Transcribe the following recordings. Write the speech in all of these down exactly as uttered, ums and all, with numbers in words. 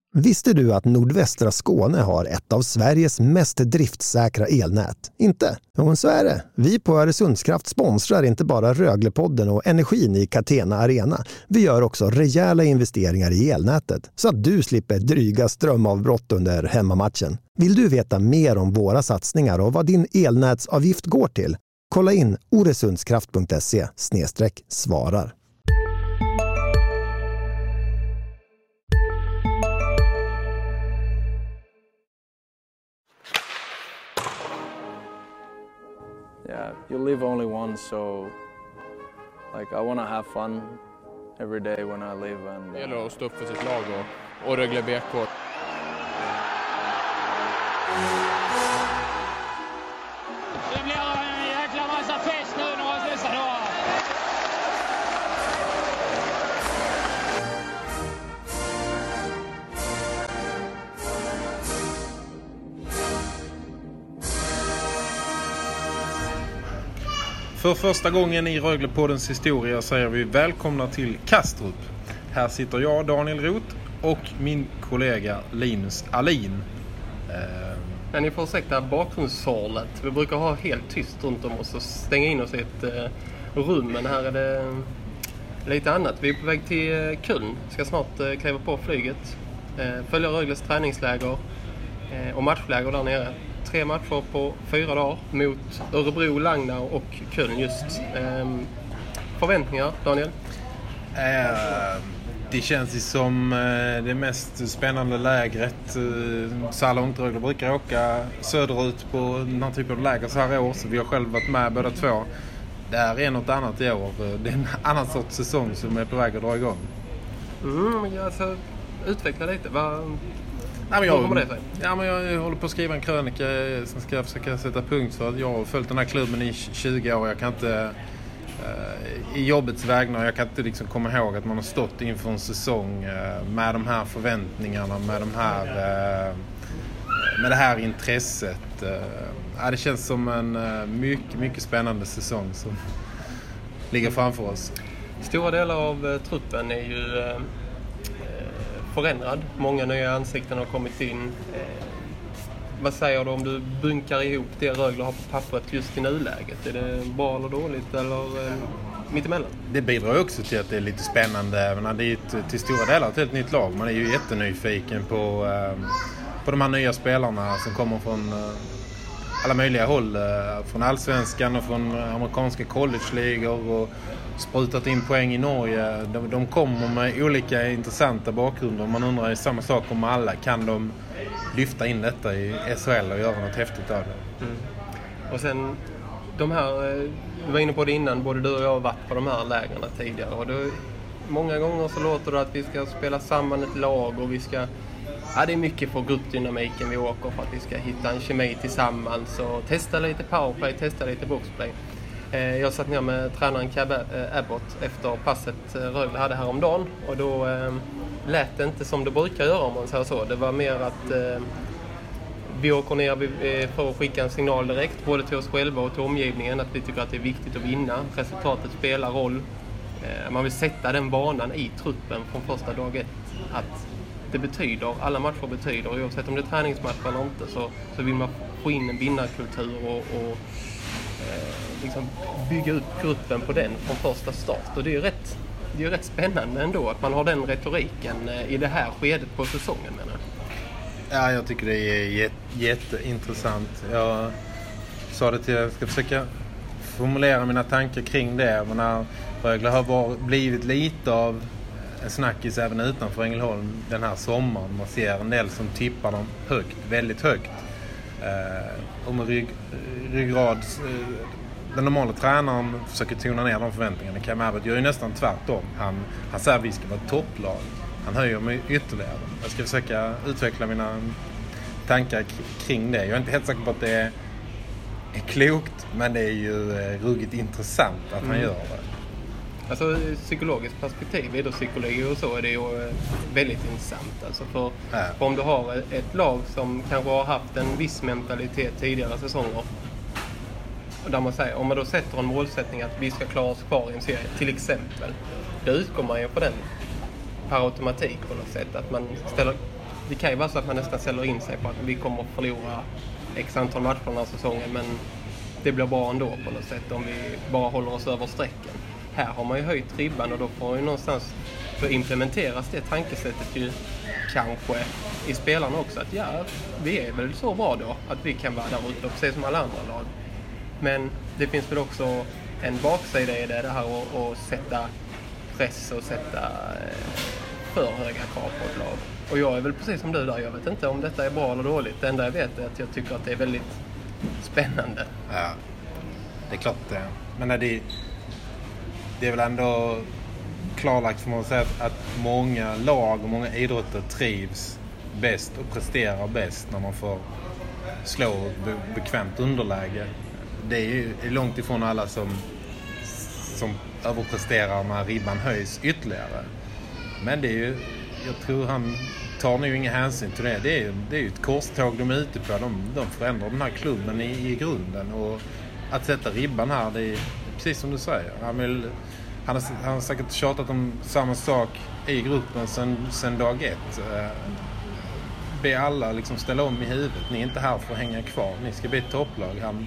Visste du att nordvästra Skåne har ett av Sveriges mest driftsäkra elnät? Inte? Jo, så är det. Vi på Öresundskraft sponsrar inte bara Röglepodden och energin i Catena Arena. Vi gör också rejäla investeringar i elnätet så att du slipper dryga strömavbrott under hemmamatchen. Vill du veta mer om våra satsningar och vad din elnätsavgift går till? Kolla in oresundskraft punkt se slash svarar. Yeah, you live only once, so like I want to have fun every day when I live. And det gäller att stå upp för sitt lag och, och Rögle B K. Det blir en jäkla massa fest nu några dessa dagar. För första gången i Röglepoddens historia säger vi välkomna till Kastrup. Här sitter jag, Daniel Roth, och min kollega Linus Alin. Men ni får ursäkta bakgrundssorlet. Vi brukar ha helt tyst runt om oss och stänga in oss i ett eh, rum. Men här är det lite annat. Vi är på väg till eh, Köln. Ska snart eh, kliva på flyget. Eh, följa Rögles träningsläger eh, och matchläger där nere. Tre matcher på fyra dagar mot Örebro, Langnau och Köln just. Eh, förväntningar, Daniel? Eh, det känns ju som eh, det mest spännande lägret. Eh, så långt Rögle brukar åka söderut på den här typen av läger så här år. Så vi har själv varit med båda två. Det här är något annat i år. Det är en annan sorts säsong som är på väg att dra igång. Mm, ja, alltså, utveckla lite. Vad... Nej, men jag, det ja, men jag håller på att skriva en krönika som ska försöka sätta punkt för att jag har följt den här klubben i tjugo år. Jag kan inte uh, i jobbets vägnar, jag kan inte liksom komma ihåg att man har stått inför en säsong uh, med de här förväntningarna, med de här uh, med det här intresset. Uh, ja, det känns som en uh, mycket, mycket spännande säsong som ligger framför oss. Stora delar av uh, truppen är ju uh... förändrad. Många nya ansikten har kommit in. Eh, vad säger du om du bunkar ihop det Rögle har på pappret just i nuläget? Är det bra eller dåligt eller eh, mittemellan? Det bidrar också till att det är lite spännande. Men det är ett, till stora delar ett helt nytt lag. Man är ju jättenyfiken på, eh, på de här nya spelarna som kommer från eh, alla möjliga håll. Eh, från allsvenskan och från amerikanska college-ligor och sprutat in poäng i Norge. De, de kommer med olika intressanta bakgrunder. Man undrar ju samma sak om alla. Kan de lyfta in detta i S H L och göra något häftigt av det? Mm. Och sen de här, du var inne på det innan, både du och jag har varit på de här lägren tidigare. Och då, många gånger så låter det att vi ska spela samman ett lag och vi ska... Ja, det är mycket för gruppdynamiken vi åker för att vi ska hitta en kemi tillsammans och testa lite powerplay, testa lite boxplay. Jag satt ner med tränaren Cabbe Abbott efter passet Rögle hade häromdagen och då eh, lät det inte som det brukar göra om man säger så. Det var mer att eh, vi åker ner för att skicka en signal direkt både till oss själva och till omgivningen att vi tycker att det är viktigt att vinna. Resultatet spelar roll. Eh, man vill sätta den banan i truppen från första dag ett att det betyder, alla matcher betyder, oavsett om det är träningsmatch eller inte så, så vill man få in en vinnarkultur och, och liksom bygga upp gruppen på den från första start. Och det är ju rätt, det är ju rätt spännande ändå att man har den retoriken i det här skedet på säsongen, menar jag. Ja, jag tycker det är jätte, jätteintressant. Jag sa det till jag ska försöka formulera mina tankar kring det. Men när Rögle har varit, blivit lite av en snackis även utanför Ängelholm den här sommaren. Man ser en del som tippar dem högt, väldigt högt. Uh, och med rygg, ryggrad uh, den normala tränaren försöker tona ner de förväntningarna. Cam Abbott gör ju nästan tvärtom. Han, han säger att vi ska vara ett topplag. Han höjer mig ytterligare. Jag ska försöka utveckla mina tankar k- kring det. Jag är inte helt säker på att det är, är klokt, men det är ju uh, ruggigt intressant att mm. han gör det. Alltså psykologiskt perspektiv, idrottspsykologi och så är det ju väldigt intressant. Alltså för, äh. för om du har ett lag som kanske har haft en viss mentalitet tidigare säsonger. Där man säger, om man då sätter en målsättning att vi ska klara oss kvar i en serie, till exempel. Då utgår man ju på den per automatik på något sätt. Att man ställer det kan ju vara så att man nästan ställer in sig på att vi kommer att förlora x antal matcher den här säsongen, men det blir bra ändå på något sätt om vi bara håller oss över strecken. Här har man ju höjt ribban och då får ju någonstans för implementeras det tankesättet ju kanske i spelarna också, att ja, vi är väl så bra då att vi kan vara där ute och precis som alla andra lag. Men det finns väl också en baksida i det, det här att, att sätta press och sätta för höga krav på ett lag. Och jag är väl precis som du där, jag vet inte om detta är bra eller dåligt. Det enda jag vet är att jag tycker att det är väldigt spännande. Ja, det är klart det. Men det, det är väl ändå klarlagt för man att säga att, att många lag och många idrotter trivs bäst och presterar bäst när man får slå be, bekvämt underläge. Det är ju är långt ifrån alla som, som överpresterar när ribban höjs ytterligare. Men det är ju, jag tror han tar nu ingen hänsyn till det. Det är, det är ju ett korståg de är ute på. De, de förändrar den här klubben i, i grunden. Och att sätta ribban här, det är precis som du säger. Han, vill, han, har, han har säkert tjatat om samma sak i gruppen sedan, sedan dag ett. Be alla liksom ställa om i huvudet. Ni är inte här för att hänga kvar. Ni ska bli ett topplag. Han,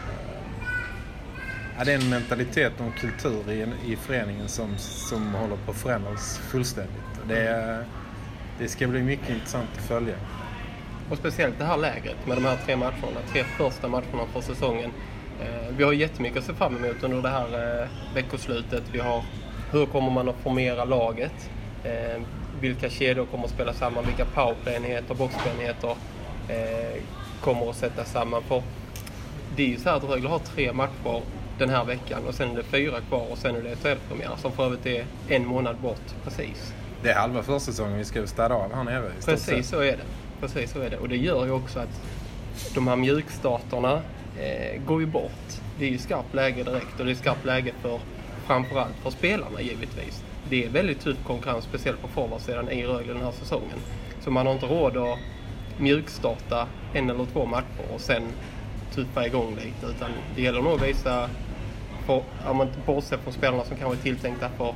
ja, det är en mentalitet och en kultur i, i föreningen som, som håller på att förändras fullständigt. Det, är, det ska bli mycket intressant att följa. Och speciellt det här lägret med de här tre matcherna, tre första matcherna för säsongen. Eh, vi har jättemycket att se fram emot under det här eh, veckoslutet. Vi har hur kommer man att formera laget? Eh, vilka kedjor kommer att spela samman? Vilka powerplay-enheter, boxplay-enheter eh, kommer att sätta samman? För det är ju så här att Rögle har tre matcher den här veckan och sen är det fyra kvar och sen är det ett premiär som för övrigt är en månad bort precis. Det är halva försäsongen vi ska städa av här nere. Precis så är det. Precis så är det. Och det gör ju också att de här mjukstarterna eh, går ju bort. Det är ju skarpt läge direkt och det är skarpt läge för framförallt för spelarna givetvis. Det är väldigt tuff konkurrens, speciellt på forwardsidan i Rögle den här säsongen. Så man har inte råd att mjukstarta en eller två matcher och sen tuffa igång lite, utan det gäller nog att visa, för, om man inte bortser från spelarna som kanske är tilltänkta för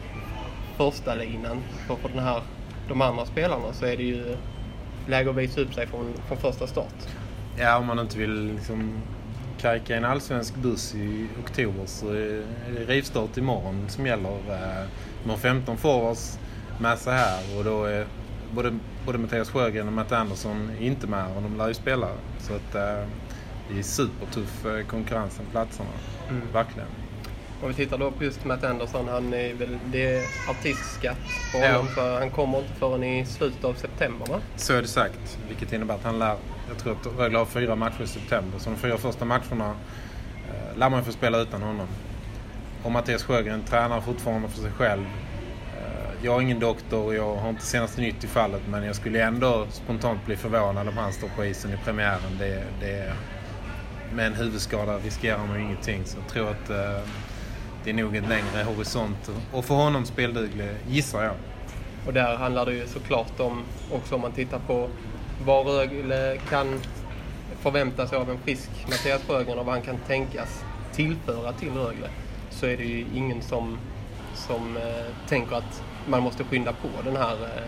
första linan, för, för den här, de andra spelarna, så är det ju läge att visa upp sig från, från första start. Ja, om man inte vill liksom kajka en allsvensk buss i oktober så är det rivstart imorgon som gäller. De har femton forwards med sig här och då är både, både Mattias Sjögren och Matt Andersson inte med och de lär ju spela. Så att det är supertuff konkurrens om platserna. Mm. Verkligen. Om vi tittar då på just Matt Andersson, han är väl, det är artistskatt på honom, ja. För han kommer inte förrän i slutet av september, va? Så är det sagt, vilket innebär att han lär, jag tror att Rögle har fyra matcher i september, så de fyra första matcherna eh, lär man få spela utan honom. Och Mattias Sjögren tränar fortfarande för sig själv. Eh, jag är ingen doktor och jag har inte senaste nytt i fallet, men jag skulle ändå spontant bli förvånad om han står på isen i premiären. Det, det, med en huvudskada riskerar man ju ingenting, så jag tror att eh, det är nog en längre horisont och för honom spelduglig, gissar jag. Och där handlar det ju såklart om, också om man tittar på vad Rögle kan förvänta sig av en frisk Mattias Sjögren och vad han kan tänkas tillföra till Rögle, så är det ju ingen som, som eh, tänker att man måste skynda på den här eh,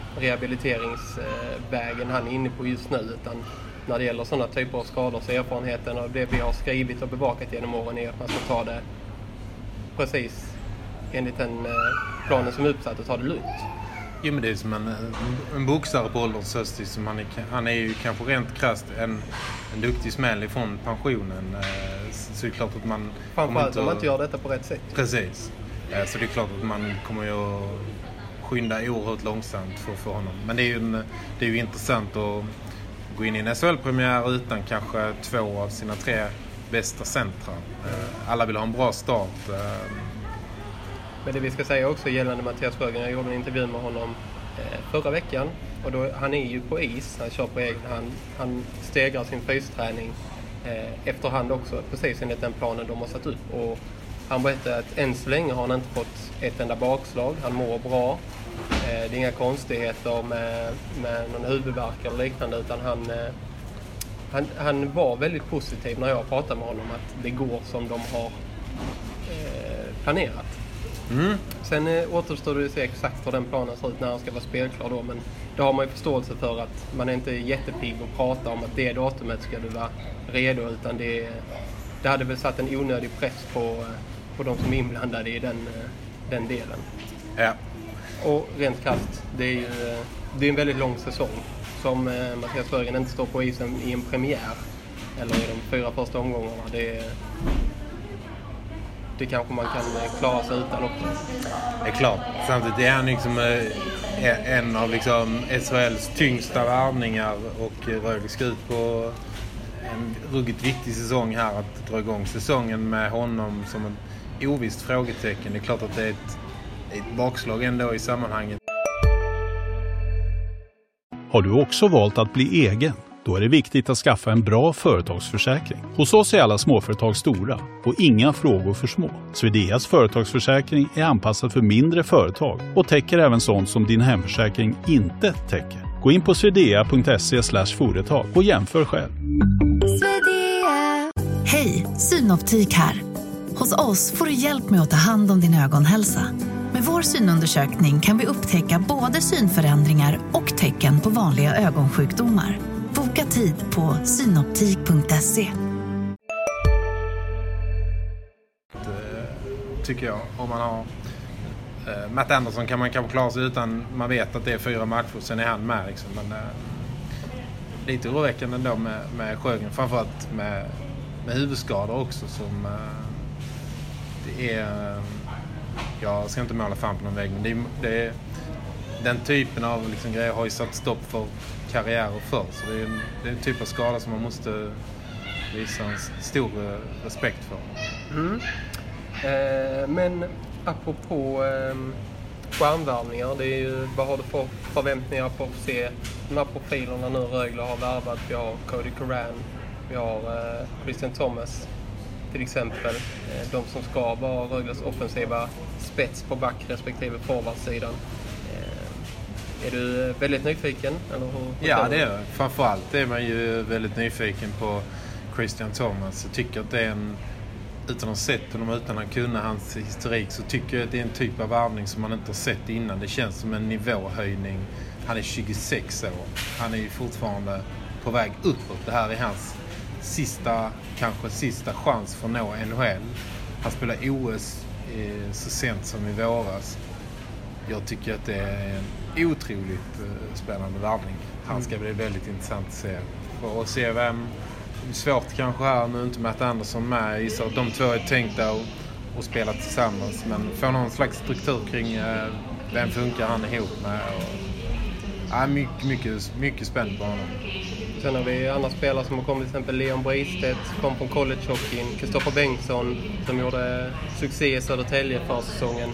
rehabiliteringsvägen han är inne på just nu, utan när det gäller sådana typer av skador så erfarenheten av det vi har skrivit och bevakat genom åren är att man ska ta det precis enligt den planen som är uppsatt och ta det lugnt. Jo, men det är som en, en boxare på ålderns höst, som han är, han är ju kanske rent krasst en, en duktig smäll ifrån pensionen. Så det är klart att man... Framförallt om man inte gör detta på rätt sätt. Precis. Så det är klart att man kommer ju att skynda oerhört långsamt för, för honom. Men det är ju, en, det är ju intressant att gå in i en S H L-premiär utan kanske två av sina tre bästa centra. Alla vill ha en bra start. Men det vi ska säga också gällande Mattias Sjögren, jag gjorde en intervju med honom förra veckan och då, han är ju på is, han kör på egen hand, han stegrar sin fysträning efterhand också, precis enligt den planen de har satt upp, och han berättade att än så länge har han inte fått ett enda bakslag, han mår bra, det är inga konstigheter med, med någon huvudvärk eller liknande, utan han Han, han var väldigt positiv när jag pratade med honom att det går som de har eh, planerat. Mm. Sen eh, återstår det att se exakt hur den planen ser ut när han ska vara spelklar då. Men det har man ju förståelse för att man är inte jättepigg och prata om att det datumet ska du vara redo. Utan det, det hade väl satt en onödig press på, på de som är inblandade i den, den delen. Ja. Och rent krasst, det är ju det är en väldigt lång säsong. Som eh, Mattias Bergen inte står på isen i en premiär. Eller i de fyra första omgångarna. Det, det kanske man kan klara sig utan också. Det är klart. Samtidigt är han liksom eh, en av liksom S H L:s tyngsta värvningar. Och Rögle ska ut på en ruggigt viktig säsong här. Att dra igång säsongen med honom som en ovisst frågetecken. Det är klart att det är ett, ett bakslag ändå i sammanhanget. Har du också valt att bli egen? Då är det viktigt att skaffa en bra företagsförsäkring. Hos oss är alla småföretag stora och inga frågor för små. Swedeas företagsförsäkring är anpassad för mindre företag och täcker även sånt som din hemförsäkring inte täcker. Gå in på swedea punkt se slash företag och jämför själv. Hej, Synoptik här. Hos oss får du hjälp med att ta hand om din ögonhälsa. Med vår synundersökning kan vi upptäcka både synförändringar och tecken på vanliga ögonsjukdomar. Boka tid på synoptik punkt se. Tycker jag. Om man har eh, Matt Anderson kan man kanske klara sig utan man vet att det är fyra matcher, sen är han med liksom. Men eh, lite oroväckande ändå med, med Sjögren, framförallt med, med huvudskador också som eh, det är eh, jag ska inte måla fan på någon väg, men det är, det är den typen av liksom grejer har ju satt stopp för karriärer förr, så det är, en, det är en typ av skada som man måste visa en stor respekt för. Mm. Eh, men apropå eh, skärmvärvningar, det är ju, vad har du för förväntningar på att se de här profilerna nu Rögle har värvat? Vi har Cody Curran, vi har eh, Christian Thomas till exempel, eh, de som ska vara Rögles offensiva spets på back respektive forwardsidan. Är du väldigt nyfiken? Eller hur? Ja, det är jag. Framförallt är man ju väldigt nyfiken på Christian Thomas. Jag tycker att det är en, utan att ha sett honom, utan att kunna hans historik, så tycker jag att det är en typ av värvning som man inte har sett innan. Det känns som en nivåhöjning. Han är tjugosex år. Han är ju fortfarande på väg uppåt. Det här är hans sista, kanske sista chans för att nå N H L. Han spelar O S eh, så sent som i våras. Jag tycker att det är en otroligt uh, spännande värvning. Han ska bli väldigt intressant att se. För att se vem, det är svårt kanske här, nu inte Matt Anderson med, så att de två är tänkta att, att spela tillsammans. Men få någon slags struktur kring uh, vem funkar han ihop med. Och, ja, mycket, mycket, mycket spännande på honom. Sen har vi andra spelare som har kommit, till exempel Leon Bristedt, kom från college-hockeyn. Kristoffer Bengtsson som gjorde succé i Södertälje för säsongen.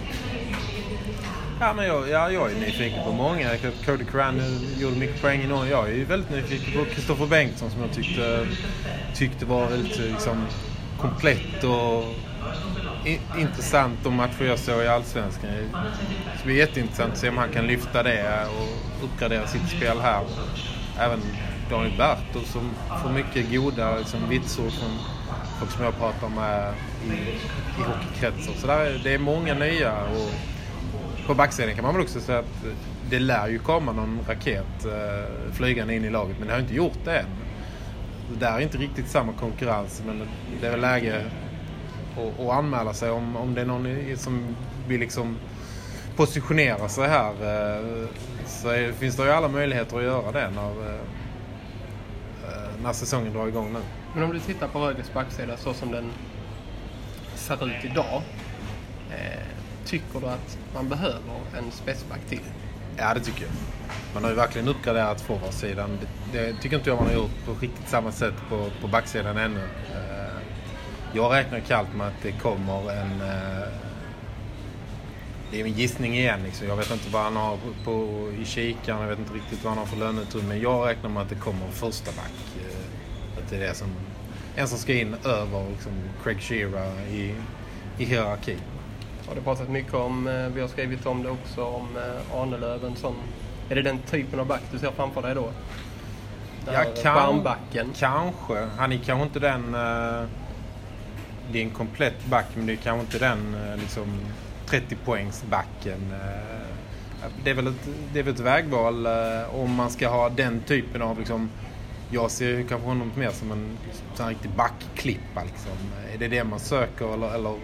Ja, men jag, ja, jag är nyfiken på många. Cody Curran gjorde mycket poäng i Norge. Jag är väldigt nyfiken på Kristoffer Bengtsson som jag tyckte, tyckte var väldigt liksom, komplett och i, intressant de matcher jag såg i Allsvenskan. Det blir jätteintressant att se om han kan lyfta det och uppgradera sitt spel här. Även Daniel Berto som får mycket goda liksom, vitsord från folk som jag pratar med i, i hockeykretsar. Så där, det är många nya, och på backsidan kan man väl också säga att det lär ju komma någon raket eh, flygande in i laget, men det har inte gjort det än. Det där är inte riktigt samma konkurrens, men det är väl läge att, att anmäla sig om, om det är någon som vill liksom positionera sig här. Eh, så är, finns det ju alla möjligheter att göra det när, eh, när säsongen drar igång nu. Men om du tittar på Rögles backsida så som den ser ut idag, eh, tycker du att man behöver en spetsback till? Ja, det tycker jag. Man har ju verkligen uppgraderat forwardsidan. Det, det tycker inte jag man har gjort på riktigt samma sätt på, på backsidan ännu. Uh, jag räknar kallt med att det kommer en... Uh, det är en gissning igen. Liksom. Jag vet inte vad han har på, på, i kikaren. Jag vet inte riktigt vad han har för löneutrymme. Men jag räknar med att det kommer en första back. Uh, att det är det som... En som ska in över liksom, Craig Shearer i, i hierarki. Har det pratat mycket om, vi har skrivit om det också, om Arnelöven som, är det den typen av back du ser framför dig då? Ja, kan, kanske. Han är kanske inte den, det är en komplett back, men det är kanske inte den liksom trettio-poängsbacken. Det är väl ett, det är väl ett vägval om man ska ha den typen av liksom, jag ser kanske honom mer som en, som en riktig backklippa liksom. Är det det man söker eller, eller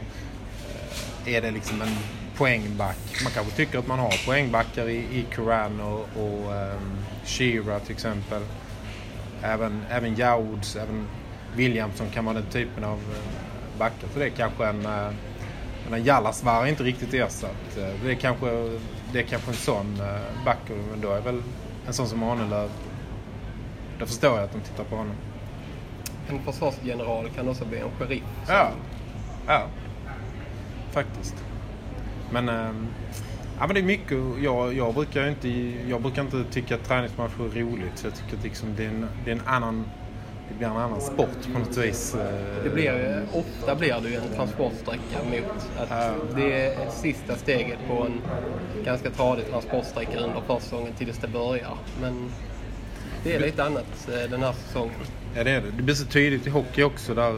är det liksom en poängback? Man kanske tycker att man har poängbackar i, i Curran och, och um, Shearer till exempel. Även, även Jouds, även Williamson kan vara den typen av uh, backar. Så det är kanske en... Uh, men Jallasvar är inte riktigt ersatt. Uh, det, är kanske, det är kanske en sån uh, backer, men då är väl en sån som Ahnelöv. Då förstår jag att de tittar på honom. En försvarsgeneral kan också bli en sheriff. Som... Ja, ja. Faktiskt. Men, äh, ja, men det är mycket. Jag, jag, brukar inte, jag brukar inte tycka att träningsmatcher är roligt. Så jag tycker att liksom det, är en, det är en annan... Det blir en annan sport på något vis. Det blir, ofta blir det ju en transportsträcka mot att ja. Det är sista steget på en ganska tradig transportsträcka under försäsongen tills det börjar. Men det är lite annat den här säsongen. Ja, det är det. Det blir så tydligt i hockey också där,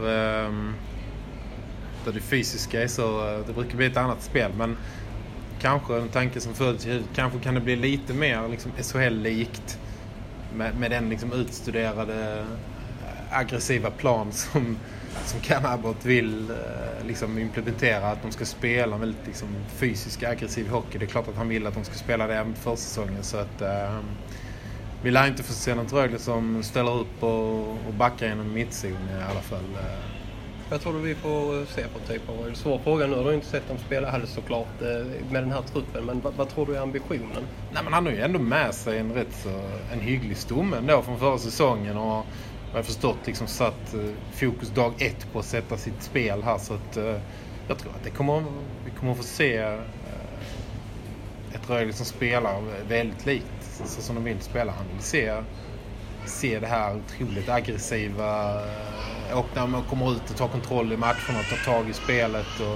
där det fysiska är så... Det brukar bli ett annat spel, men kanske en tanke som föds i huvudet. Kanske kan det bli lite mer liksom S H L-likt med, med den liksom utstuderade aggressiva plan som, som Cam Abbott vill eh, liksom implementera, att de ska spela väldigt liksom, fysisk aggressiv hockey. Det är klart att han vill att de ska spela det även för säsongen, så att eh, vi lär inte få se något Rögle som ställer upp och, och backar genom mittzon i alla fall. Jag tror vi får se på typ av en svår fråga nu. Du har inte sett dem spela heller såklart med den här truppen, men vad, vad tror du är ambitionen? Nej, men han har ju ändå med sig en rätt så, en hygglig stomme ändå från förra säsongen, och jag har förstått liksom satt uh, fokus dag ett på att sätta sitt spel här, så att uh, jag tror att det kommer, vi kommer att få se uh, ett Rögle som spelar väldigt likt så som de vill spela. Han vill se, se det här otroligt aggressiva uh, och när man kommer ut och tar kontroll i matcherna och tar tag i spelet och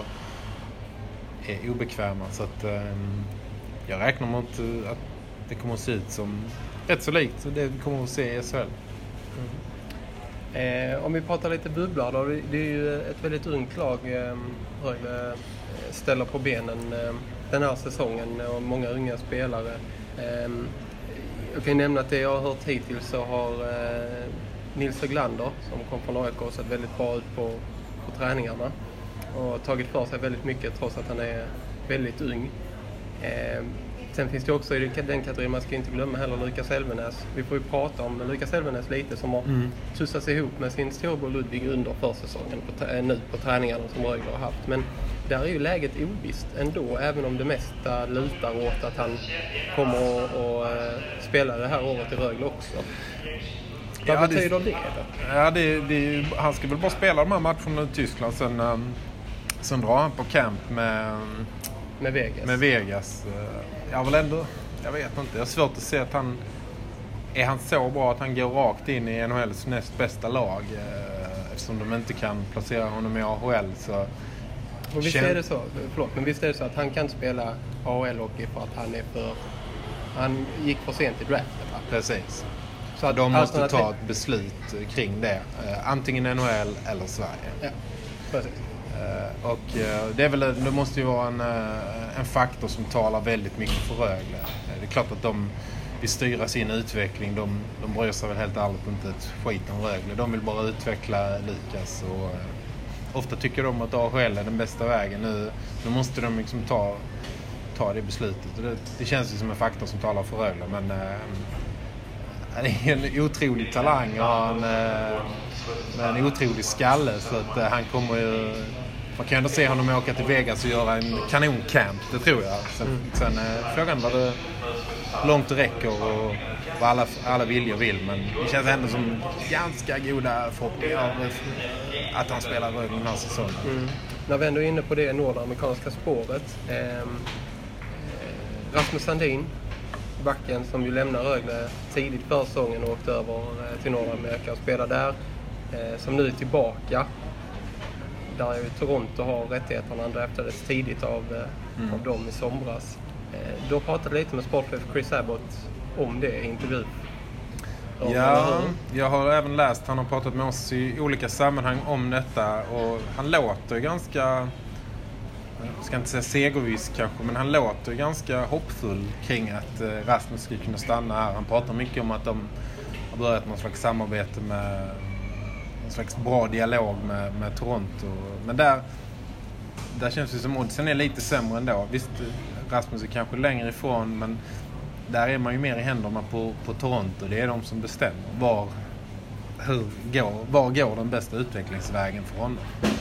är obekväma, så att um, jag räknar med att, uh, att det kommer att se ut som rätt så likt så det vi kommer att se i S H L. Mm. Eh, om vi pratar lite bubblar då, det är ju ett väldigt ungt lag eh, Rögle ställer på benen eh, den här säsongen och många unga spelare. Eh, jag kan nämna att det jag har hört hittills så har eh, Nils Höglander som kom från A I K sett väldigt bra ut på, på träningarna och tagit för sig väldigt mycket trots att han är väldigt ung. Eh, Sen finns det också i den kategorin, man ska inte glömma heller Lukas Elvenäs. Vi får ju prata om Lukas Elvenäs lite som har mm. tussats ihop med sin storbror Ludvig under försäsongen på, nu på träningarna som Rögle har haft. Men där är ju läget ovisst ändå, även om det mesta lutar åt att han kommer att, att spela det här året i Rögle också. Vad ja, betyder det? det ja, det, det, han ska väl bara spela de här matcherna i Tyskland. Sen, um, sen drar han på camp med, med Vegas. Med Vegas. Jag vill ändå, jag vet inte, jag har svårt att se att han, är han så bra att han går rakt in i N H L:s näst bästa lag eh, eftersom de inte kan placera honom i A H L så... Och visst är det så, förlåt, men visst är det så att han kan spela A H L-hockey för att han är för, han gick för sent i draften, va? Precis. Så att de måste ta ett beslut kring det, eh, antingen N H L eller Sverige. Ja, precis. Uh, och uh, det är väl, det måste ju vara en, uh, en faktor som talar väldigt mycket för Rögle. Uh, det är klart att de vill styra sin utveckling. De, de bryr sig väl helt ärligt inte ett skit om Rögle. De vill bara utveckla Lukas. Och, uh, ofta tycker de att A H L är den bästa vägen. Nu, nu måste de liksom ta, ta det beslutet. Och det, det känns ju som en faktor som talar för Rögle. Men uh, han är en otrolig talang och han uh, med en otrolig skalle. Så att uh, han kommer ju... Man kan ändå se honom åka till Vegas och göra en kanoncamp, det tror jag. Sen, mm. sen eh, frågan var det långt det räcker och vad alla, alla viljor vill. Men det känns ändå som ganska goda förhoppningar att han spelar Rögle den här säsongen. Mm. När vi ändå är inne på det nordamerikanska spåret. Eh, Rasmus Sandin, backen som ju lämnar Rögle tidigt för säsongen och åkte över till Nordamerika och spelade där. Eh, som nu är tillbaka. Där är ju Toronto har rättigheterna, han draftades tidigt av, mm. av dem i somras. Eh, då pratade lite med sportchef Chris Abbott om det i intervju. Om ja, jag har även läst, han har pratat med oss i olika sammanhang om detta och han låter ganska jag ska inte säga segerviss kanske, men han låter ganska hoppfull kring att Rasmus skulle kunna stanna här. Han pratar mycket om att de har börjat någon slags samarbete med en slags bra dialog med, med Toronto. Men där, där känns det som oddsen är lite sämre ändå. Visst, Rasmus är kanske längre ifrån, men där är man ju mer i händerna på, på Toronto. Det är de som bestämmer var, hur går, var går den bästa utvecklingsvägen för honom.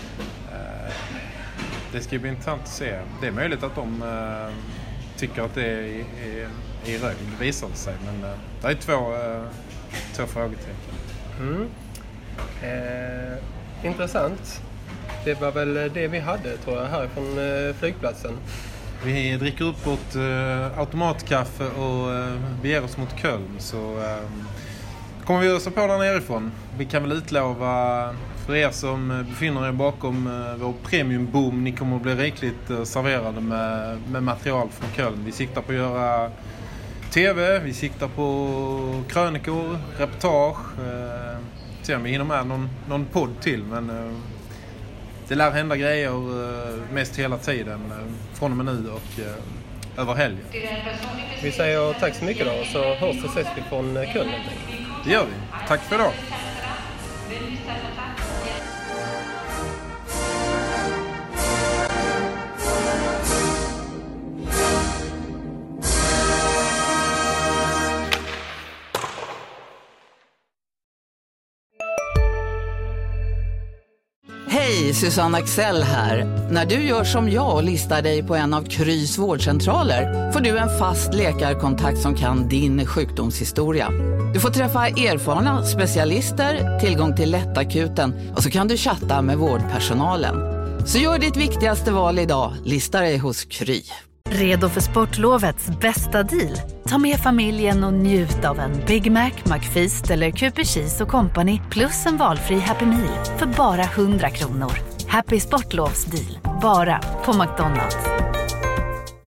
Det ska bli intressant att se. Det är möjligt att de uh, tycker att det är i, i, i rög. Det visar sig. Men uh, det är två, uh, två frågetecken. Mm. Eh, intressant. Det var väl det vi hade, tror jag, härifrån uh, flygplatsen. Vi dricker upp vårt uh, automatkaffe och uh, beger oss mot Köln. Så uh, kommer vi ösa på där nerifrån. Vi kan väl utlova... För er som befinner er bakom vår premiumboom, ni kommer att bli rikligt serverade med, med material från Köln. Vi siktar på att göra tv, vi siktar på krönikor, reportage. Eh, se om vi hinner med någon, någon podd till, men eh, det lär hända grejer eh, mest hela tiden, eh, från och med nu och eh, över helgen. Vi säger tack så mycket då, så hörs och ses vi från Köln. Det gör vi. Tack för idag. Hej, Susanne Axel här. När du gör som jag och listar dig på en av Krys vårdcentraler får du en fast läkarkontakt som kan din sjukdomshistoria. Du får träffa erfarna specialister, tillgång till lättakuten och så kan du chatta med vårdpersonalen. Så gör ditt viktigaste val idag, lista dig hos Kry. Redo för sportlovets bästa deal? Ta med familjen och njut av en Big Mac, McFeast eller Cooper Cheese och Company plus en valfri Happy Meal för bara hundra kronor. Happy Sportlovs deal, bara på McDonald's.